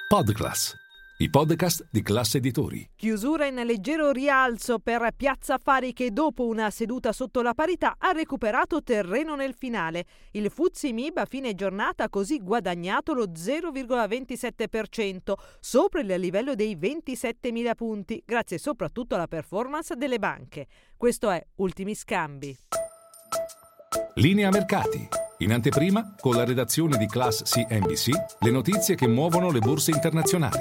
Podclass, i podcast di Class Editori. Chiusura in leggero rialzo per Piazza Affari che dopo una seduta sotto la parità ha recuperato terreno nel finale. Il FTSE MIB a fine giornata ha così guadagnato lo 0,27%, sopra il livello dei 27.000 punti, grazie soprattutto alla performance delle banche. Questo è Ultimi Scambi. Linea mercati. In anteprima, con la redazione di Class CNBC, le notizie che muovono le borse internazionali.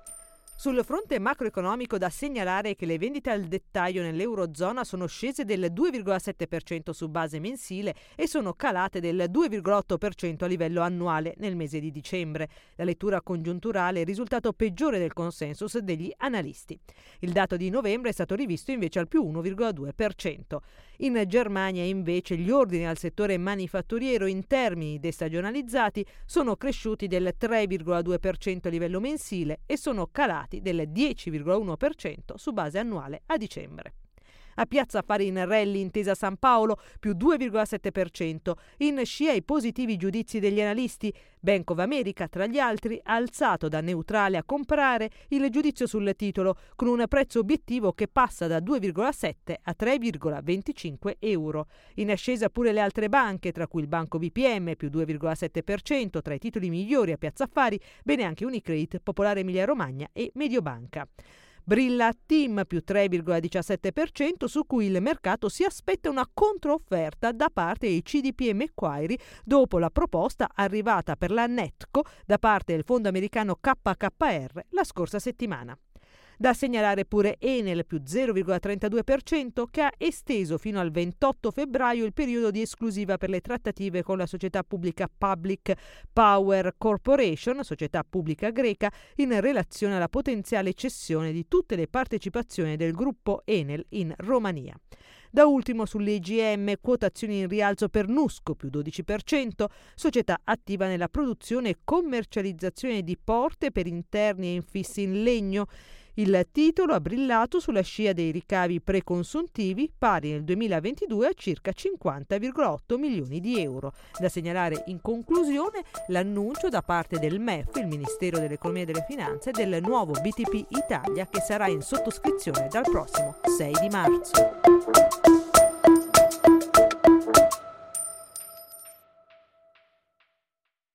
Sul fronte macroeconomico da segnalare che le vendite al dettaglio nell'Eurozona sono scese del 2,7% su base mensile e sono calate del 2,8% a livello annuale nel mese di dicembre. La lettura congiunturale è il risultato peggiore del consensus degli analisti. Il dato di novembre è stato rivisto invece al più 1,2%. In Germania invece gli ordini al settore manifatturiero in termini destagionalizzati sono cresciuti del 3,2% a livello mensile e sono calati del 10,1% su base annuale a dicembre. A Piazza Affari in rally Intesa San Paolo più 2,7%, in scia ai positivi giudizi degli analisti. Bank of America, tra gli altri, ha alzato da neutrale a comprare il giudizio sul titolo con un prezzo obiettivo che passa da 2,7 a 3,25 euro. In ascesa pure le altre banche, tra cui il Banco BPM più 2,7%, tra i titoli migliori a Piazza Affari, bene anche Unicredit, Popolare Emilia Romagna e Mediobanca. Brilla Team più 3,17%, su cui il mercato si aspetta una controofferta da parte dei CDP Macquarie dopo la proposta arrivata per la Netco da parte del fondo americano KKR la scorsa settimana. Da segnalare pure Enel più 0,32%, che ha esteso fino al 28 febbraio il periodo di esclusiva per le trattative con la società pubblica Public Power Corporation, società pubblica greca, in relazione alla potenziale cessione di tutte le partecipazioni del gruppo Enel in Romania. Da ultimo sull'EGM, quotazioni in rialzo per Nusco più 12%, società attiva nella produzione e commercializzazione di porte per interni e infissi in legno. Il titolo ha brillato sulla scia dei ricavi preconsuntivi pari nel 2022 a circa 50,8 milioni di euro. Da segnalare in conclusione l'annuncio da parte del MEF, il Ministero dell'Economia e delle Finanze, del nuovo BTP Italia che sarà in sottoscrizione dal prossimo 6 di marzo.